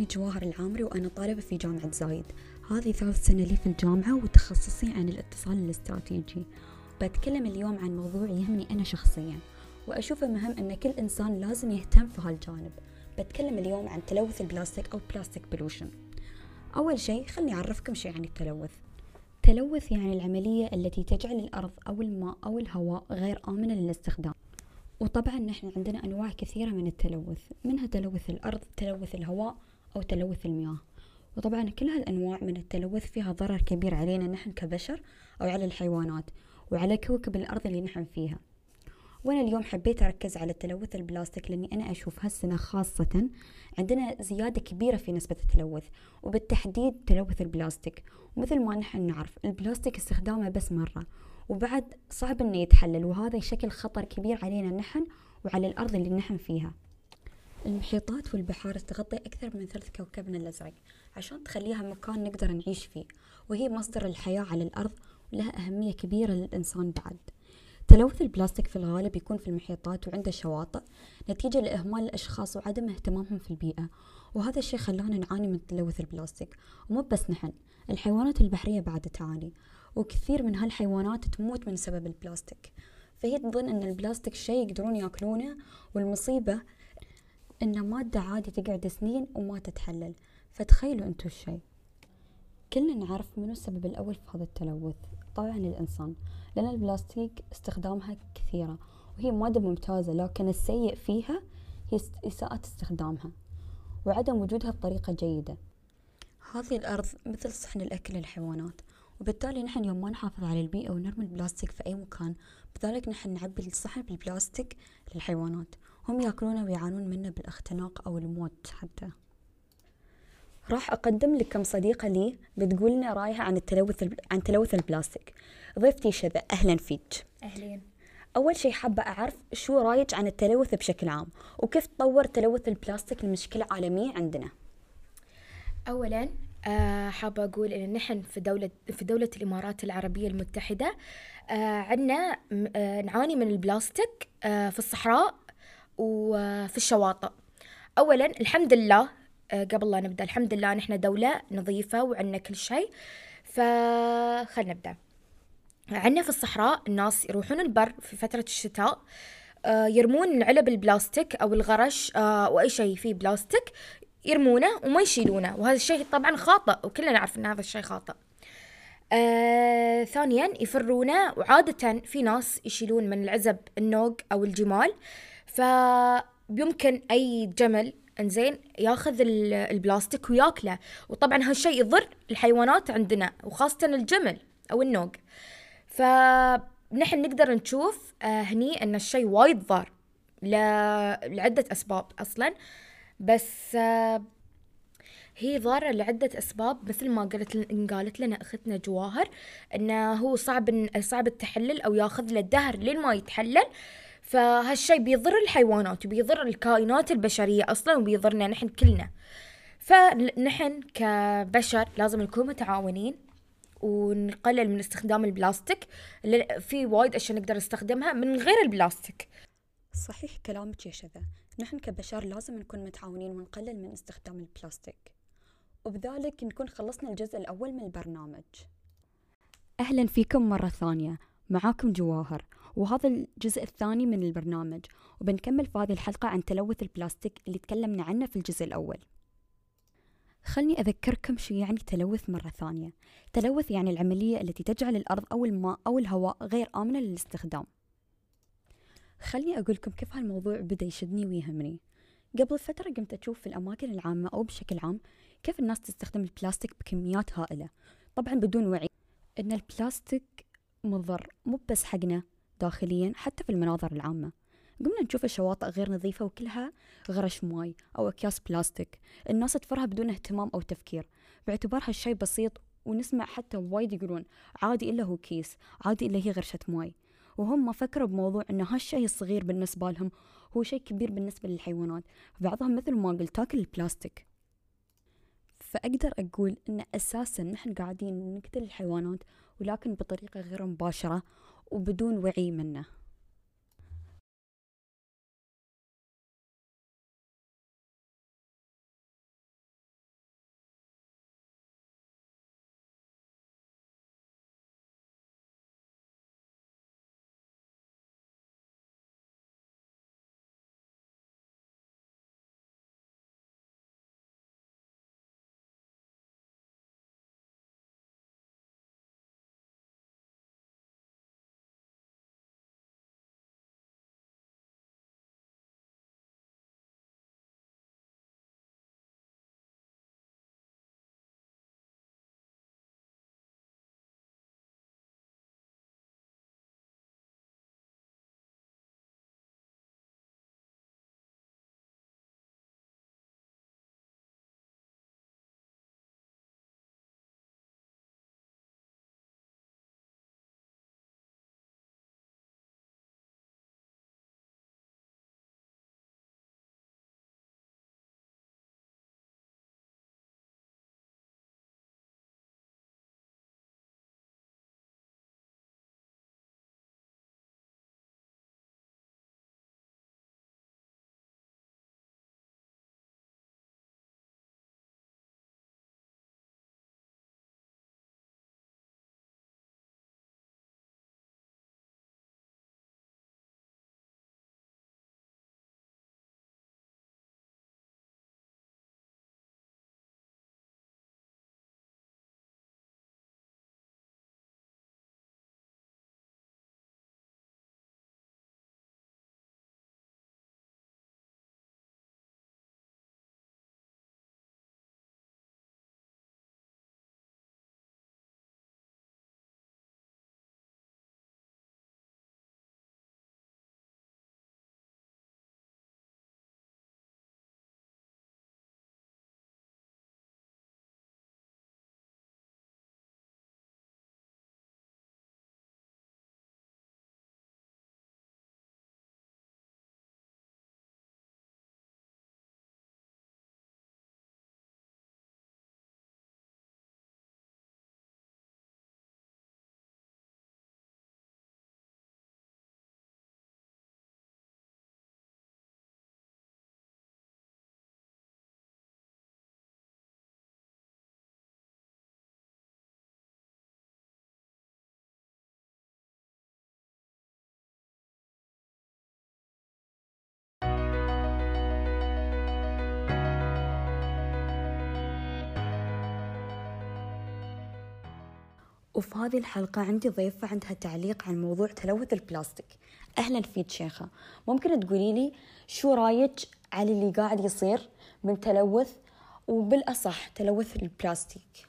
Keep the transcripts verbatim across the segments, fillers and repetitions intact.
اسمي جواهر العامري وأنا طالبة في جامعة زايد. هذه ثالث سنة لي في الجامعة وتخصصي عن الاتصال الاستراتيجي. بتكلم اليوم عن موضوع يهمني أنا شخصيا وأشوفه مهم أن كل إنسان لازم يهتم في هالجانب. بتكلم اليوم عن تلوث البلاستيك أو بلاستيك بولوشن. أول شيء خلني أعرفكم شيء عن التلوث. تلوث يعني العملية التي تجعل الأرض أو الماء أو الهواء غير آمنة للاستخدام. وطبعا نحن عندنا أنواع كثيرة من التلوث، منها تلوث الأرض، تلوث الهواء أو تلوث المياه. وطبعا كل هالأنواع من التلوث فيها ضرر كبير علينا نحن كبشر أو على الحيوانات وعلى كوكب الأرض اللي نحن فيها. وأنا اليوم حبيت أركز على تلوث البلاستيك لأني أنا أشوف هالسنة خاصة عندنا زيادة كبيرة في نسبة التلوث وبالتحديد تلوث البلاستيك. ومثل ما نحن نعرف البلاستيك استخدامه بس مرة وبعد صعب أنه يتحلل، وهذا يشكل خطر كبير علينا نحن وعلى الأرض اللي نحن فيها. المحيطات والبحار تغطي أكثر من ثلث كوكبنا الأزرق عشان تخليها مكان نقدر نعيش فيه، وهي مصدر الحياة على الأرض ولها أهمية كبيرة للإنسان بعد. تلوث البلاستيك في الغالب يكون في المحيطات وعند الشواطئ نتيجة لإهمال الأشخاص وعدم اهتمامهم في البيئة، وهذا الشيء خلانا نعاني من تلوث البلاستيك. ومو بس نحن، الحيوانات البحرية بعد تعاني، وكثير من هالحيوانات تموت من سبب البلاستيك. فهي تظن أن البلاستيك شيء يقدرون يأكلونه، والمصيبة إنه مادة عادي تقعد سنين وما تتحلل. فتخيلوا أنتوا الشيء. كلنا نعرف منو السبب الأول في هذا التلوث، طبعا الإنسان، لأن البلاستيك استخدامها كثيرة وهي مادة ممتازة، لكن السيء فيها هي إساءة استخدامها وعدم وجودها بطريقة جيدة. هذه الأرض مثل صحن الأكل للحيوانات، وبالتالي نحن يوم ما نحافظ على البيئة ونرمي البلاستيك في أي مكان بذلك نحن نعبي الصحن بالبلاستيك للحيوانات، هم يأكلونه ويعانون منه بالاختناق أو الموت حتى. راح أقدم لك كم صديقة لي بتقول لنا رأيها عن التلوث عن تلوث البلاستيك. ضيفتي شذا، أهلا فيك. أهلين. أول شيء حابة أعرف شو رأيك عن التلوث بشكل عام وكيف تطور تلوث البلاستيك لمشكلة عالمية عندنا. أولاً أه حابة أقول إن نحن في دولة في دولة الإمارات العربية المتحدة أه عنا أه نعاني من البلاستيك أه في الصحراء وفي الشواطئ. أولاً الحمد لله، أه قبل لا نبدأ الحمد لله نحن دولة نظيفة وعنا كل شيء. فخلنا نبدأ. عنا في الصحراء الناس يروحون البر في فترة الشتاء، أه يرمون علب البلاستيك أو الغرش أه وأي شيء فيه بلاستيك يرمونه وما يشيلونه، وهذا الشيء طبعا خاطئ وكلنا نعرف ان هذا الشيء خاطئ. آه، ثانيا يفرونه، وعادة في ناس يشيلون من العزب النوق او الجمال، فيمكن اي جمل انزين ياخذ البلاستيك وياكله، وطبعا هالشيء يضر الحيوانات عندنا وخاصة الجمل او النوق. فنحن نقدر نشوف آه هني ان الشيء وايد ضار لعدة اسباب اصلا، بس هي ضارة لعدة أسباب مثل ما قالت قالت لنا أختنا جواهر، إنه هو صعب صعب التحلل أو ياخذ له الدهر لين ما يتحلل. فهالشي بيضر الحيوانات وبيضر الكائنات البشرية أصلا وبيضرنا نحن كلنا. فنحن كبشر لازم نكون متعاونين ونقلل من استخدام البلاستيك، اللي في وايد أشياء نقدر نستخدمها من غير البلاستيك. صحيح كلامك يا شذا، نحن كبشر لازم نكون متعاونين ونقلل من استخدام البلاستيك، وبذلك نكون خلصنا الجزء الأول من البرنامج. أهلا فيكم مرة ثانية، معاكم جواهر، وهذا الجزء الثاني من البرنامج، وبنكمل في هذه الحلقة عن تلوث البلاستيك اللي تكلمنا عنه في الجزء الأول. خلني أذكركم شو يعني تلوث مرة ثانية. تلوث يعني العملية التي تجعل الأرض أو الماء أو الهواء غير آمنة للاستخدام. خلني أقولكم كيف هالموضوع بدأ يشدني ويهمني. قبل فترة قمت أشوف في الأماكن العامة أو بشكل عام كيف الناس تستخدم البلاستيك بكميات هائلة، طبعا بدون وعي إن البلاستيك مضر مو بس حقنا داخليا، حتى في المناظر العامة. قمنا نشوف الشواطئ غير نظيفة وكلها غرش ماي أو أكياس بلاستيك، الناس تفرها بدون اهتمام أو تفكير باعتبار هالشي بسيط، ونسمع حتى وايد يقولون عادي إلا هو كيس، عادي إلا هي غرشة ماي، وهم ما فكروا بموضوع أن هالشيء الصغير بالنسبة لهم هو شيء كبير بالنسبة للحيوانات، بعضهم مثل ما قلت تاكل البلاستيك. فأقدر أقول أن أساساً نحن قاعدين نقتل الحيوانات، ولكن بطريقة غير مباشرة وبدون وعي منه. وفي هذه الحلقة عندي ضيفة عندها تعليق عن موضوع تلوث البلاستيك. أهلا فيك شيخة، ممكن تقولي لي شو رايك على اللي قاعد يصير من تلوث، وبالأصح تلوث البلاستيك؟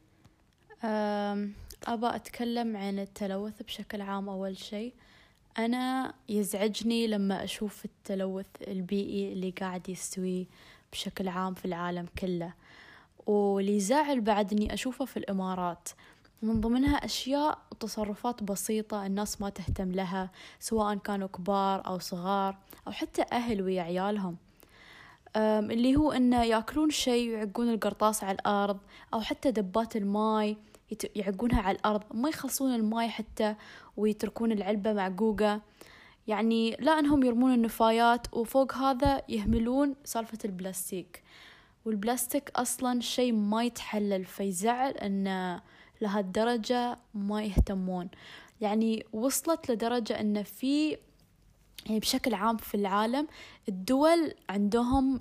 أبا أتكلم عن التلوث بشكل عام. أول شيء أنا يزعجني لما أشوف التلوث البيئي اللي قاعد يستوي بشكل عام في العالم كله، واللي يزعل بعد أني أشوفه في الإمارات، من ضمنها أشياء وتصرفات بسيطة الناس ما تهتم لها، سواء كانوا كبار أو صغار أو حتى أهل ويا عيالهم، اللي هو أنه يأكلون شيء ويعقون القرطاس على الأرض، أو حتى دبات الماي يعقونها على الأرض، ما يخلصون الماي حتى ويتركون العلبة معقوقة. يعني لا أنهم يرمون النفايات، وفوق هذا يهملون سالفة البلاستيك. والبلاستيك أصلا شيء ما يتحلل، فيزعل أن لهالدرجة ما يهتمون. يعني وصلت لدرجة أن في يعني بشكل عام في العالم الدول عندهم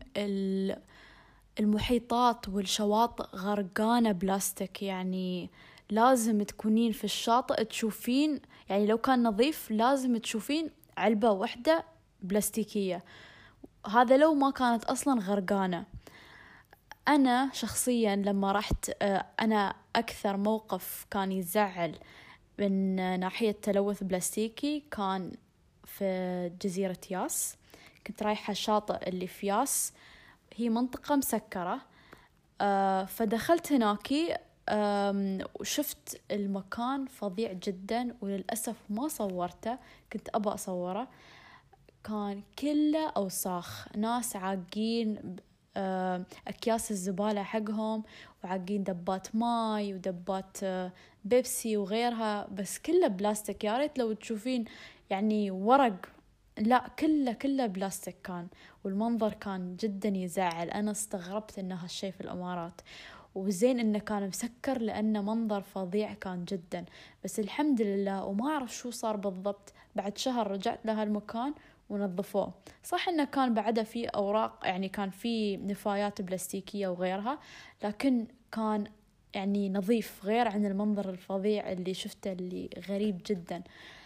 المحيطات والشواطئ غرقانة بلاستيك. يعني لازم تكونين في الشاطئ تشوفين، يعني لو كان نظيف لازم تشوفين علبة واحدة بلاستيكية، هذا لو ما كانت أصلا غرقانة. أنا شخصيا لما رحت، أنا أكثر موقف كان يزعل من ناحية تلوث بلاستيكي كان في جزيرة ياس. كنت رايحة الشاطئ اللي في ياس، هي منطقة مسكرة، فدخلت هناكي وشفت المكان فظيع جدا، وللأسف ما صورته، كنت أبى أصوره. كان كله أوساخ، ناس عاقين أكياس الزبالة حقهم، وعاقين دبات ماي ودبات بيبسي وغيرها، بس كله بلاستيك. يا ريت لو تشوفين يعني ورق، لا كله كله بلاستيك كان، والمنظر كان جدا يزعل. أنا استغربت إن هالشي في الإمارات، وزين إنه كان مسكر لأنه منظر فظيع كان جدا. بس الحمد لله، وما أعرف شو صار بالضبط، بعد شهر رجعت لهالمكان ونظفوه. صح إنه كان بعده فيه أوراق، يعني كان فيه نفايات بلاستيكية وغيرها، لكن كان يعني نظيف، غير عن المنظر الفظيع اللي شفته اللي غريب جدا.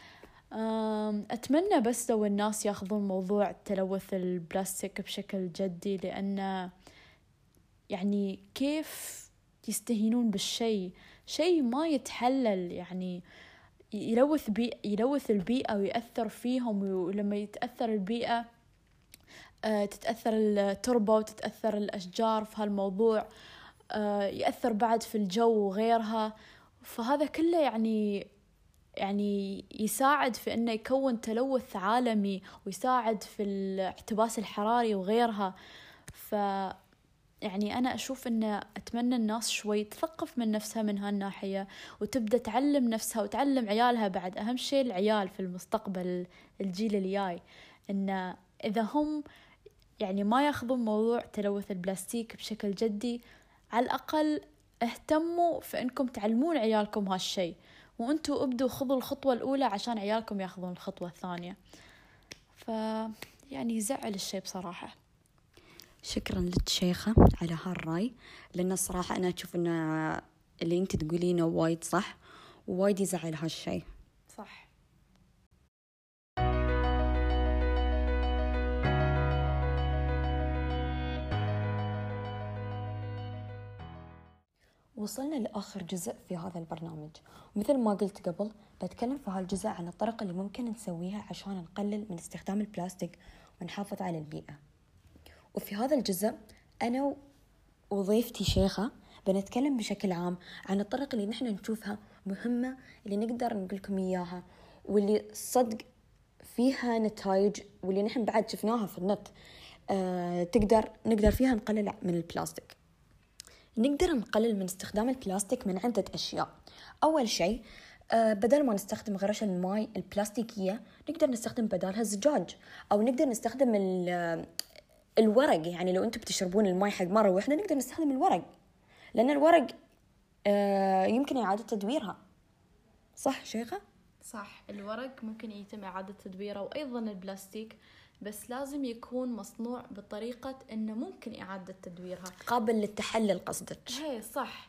أتمنى بس لو الناس ياخذون موضوع تلوث البلاستيك بشكل جدي، لأن يعني كيف يستهينون بالشيء، شيء ما يتحلل، يعني يلوث بي يلوث البيئة ويأثر فيهم. ولما يتأثر البيئة تتأثر التربة وتتأثر الأشجار في هالموضوع، يأثر بعد في الجو وغيرها. فهذا كله يعني يعني يساعد في أنه يكون تلوث عالمي، ويساعد في الاحتباس الحراري وغيرها. ف يعني أنا أشوف أنه أتمنى الناس شوي تثقف من نفسها من هالناحية، وتبدأ تعلم نفسها وتعلم عيالها بعد. أهم شيء العيال في المستقبل، الجيل الجاي، أن إذا هم يعني ما ياخذون موضوع تلوث البلاستيك بشكل جدي، على الأقل اهتموا في أنكم تعلمون عيالكم هالشيء، وأنتوا ابدوا خذوا الخطوة الأولى عشان عيالكم ياخذون الخطوة الثانية. ف يعني يزعل الشيء بصراحة. شكرا لك شيخة على هالرأي، لأن الصراحة أنا أشوف أن اللي أنت تقولينه وايد صح، ووايد يزعل هالشيء. صح. وصلنا لآخر جزء في هذا البرنامج، ومثل ما قلت قبل بتكلم في هالجزء عن الطرق اللي ممكن نسويها عشان نقلل من استخدام البلاستيك ونحافظ على البيئة. وفي هذا الجزء أنا وضيفتي شيخة بنتكلم بشكل عام عن الطرق اللي نحن نشوفها مهمة، اللي نقدر نقولكم إياها، واللي صدق فيها نتائج، واللي نحن بعد شفناها في النت. أه تقدر نقدر فيها نقلل من البلاستيك. نقدر نقلل من استخدام البلاستيك من عدة أشياء. أول شيء أه بدل ما نستخدم غرش الماء البلاستيكية، نقدر نستخدم بدالها الزجاج، أو نقدر نستخدم الورق. يعني لو أنتم بتشربون الماء حق مرة واحدة، نقدر نستخدم الورق، لأن الورق أه يمكن إعادة تدويرها. صح شيخة؟ صح، الورق ممكن يتم إعادة تدويره، وأيضا البلاستيك، بس لازم يكون مصنوع بطريقة إنه ممكن إعادة تدويرها، قابل للتحلل قصدك. هي صح.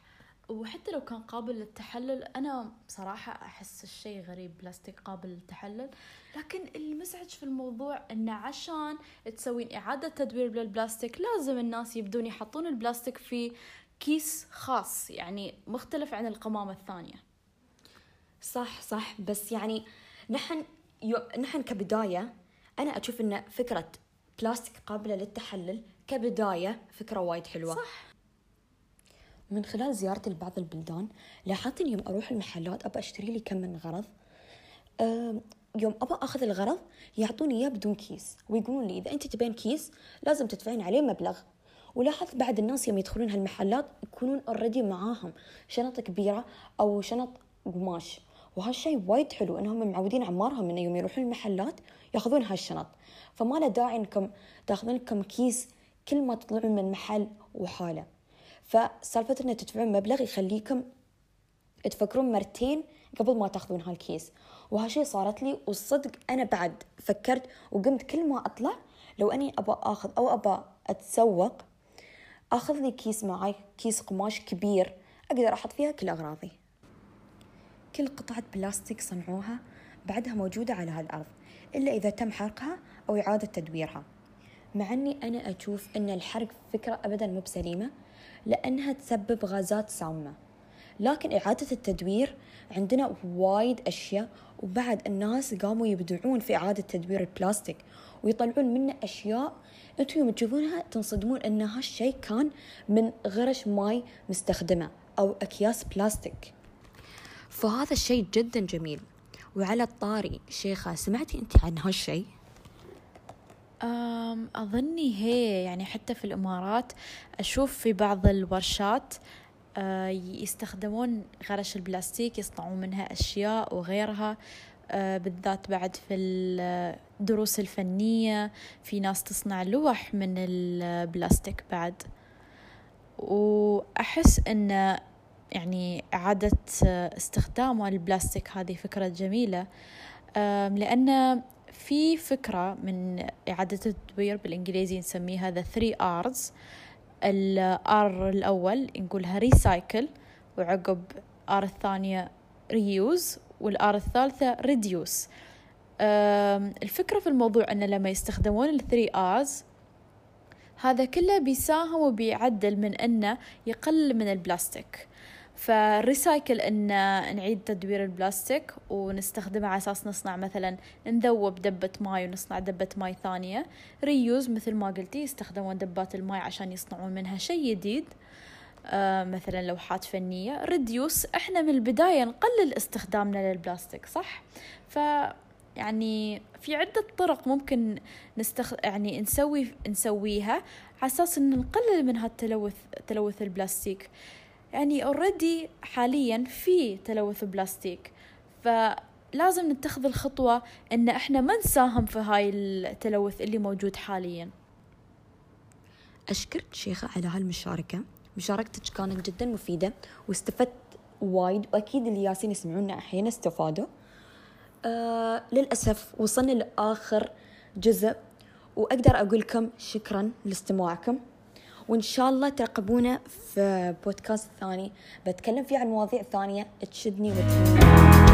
وحتى لو كان قابل للتحلل، أنا بصراحة أحس الشيء غريب بلاستيك قابل للتحلل. لكن المزعج في الموضوع أنه عشان تسوين إعادة تدوير للبلاستيك لازم الناس يبدون يحطون البلاستيك في كيس خاص، يعني مختلف عن القمامة الثانية. صح صح بس يعني نحن يو... نحن كبداية أنا أشوف إن فكرة بلاستيك قابلة للتحلل كبداية فكرة وايد حلوة. صح. من خلال زيارتي لبعض البلدان لاحظت إن يوم أروح المحلات أبى أشتري لي كم من غرض، أه يوم أبى أخذ الغرض يعطوني إياه بدون كيس، ويقولون لي إذا أنت تبين كيس لازم تدفعين عليه مبلغ. ولاحظت بعد الناس يوم يدخلون هالمحلات يكونون أوريدي معاهم شنط كبيرة أو شنط قماش، وهالشيء وايد حلو إنهم معودين عمارهم إنه يوم يروحون المحلات يأخذون هالشنط، فما له داعي إنكم تأخذون لكم كيس كل ما تطلعون من محل وحالة. فسالفة إنه تدفعون مبلغ يخليكم تفكرون مرتين قبل ما تأخذون هالكيس، وهالشيء صارت لي. والصدق أنا بعد فكرت وقمت كل ما أطلع لو أني أبى أخذ أو أبى أتسوق أخذ لي كيس معي، كيس قماش كبير أقدر أحط فيها كل أغراضي. كل قطعة بلاستيك صنعوها بعدها موجودة على هالأرض إلا إذا تم حرقها أو إعادة تدويرها، مع أني أنا أشوف أن الحرق فكرة أبدا مو بسليمة لأنها تسبب غازات سامة، لكن إعادة التدوير عندنا وايد أشياء، وبعد الناس قاموا يبدعون في إعادة تدوير البلاستيك ويطلعون منه أشياء أنتم يوم تشوفونها تنصدمون أن هالشيء كان من غرش ماي مستخدمة أو أكياس بلاستيك. فهذا الشيء جدا جميل. وعلى الطاري شيخة، سمعتي أنت عن هالشيء؟ أم أظني هي يعني حتى في الإمارات أشوف في بعض الورشات أه يستخدمون غرش البلاستيك يصنعون منها أشياء وغيرها، أه بالذات بعد في الدروس الفنية في ناس تصنع لوح من البلاستيك بعد. وأحس أن يعني إعادة استخدام البلاستيك هذه فكرة جميلة، لأن في فكرة من إعادة التدوير بالإنجليزي نسميها the three R's. الآر الأول نقولها recycle، وعقب آر الثانية reuse، والآر الثالثة reduce. الفكرة في الموضوع أن لما يستخدمون ال three R's هذا كله بيساهم وبيعدل من أنه يقلل من البلاستيك. فالريسايكل أن نعيد تدوير البلاستيك ونستخدمه على أساس نصنع مثلا نذوب دبة ماء ونصنع دبة ماء ثانية. ريوز مثل ما قلتي يستخدمون دبات الماء عشان يصنعون منها شيء جديد، آه مثلا لوحات فنية. ريديوس احنا من البداية نقلل استخدامنا للبلاستيك، صح؟ ف يعني في عدة طرق ممكن نستخ... يعني نسوي نسويها على أساس إن نقلل من هالتلوث تلوث البلاستيك. يعني already حاليا في تلوث بلاستيك، فلازم نتخذ الخطوة إن إحنا ما نساهم في هاي التلوث اللي موجود حاليا. أشكرك شيخة على هالمشاركة، مشاركتك كانت جدا مفيدة واستفدت وايد، وأكيد اللي ياسين يسمعونا أحيانا استفادوا. آه للأسف وصلنا لآخر جزء، وأقدر أقول لكم شكرا لاستماعكم، وإن شاء الله ترقبونا في بودكاست ثاني بتكلم فيه عن مواضيع ثانية تشدني وتهمني.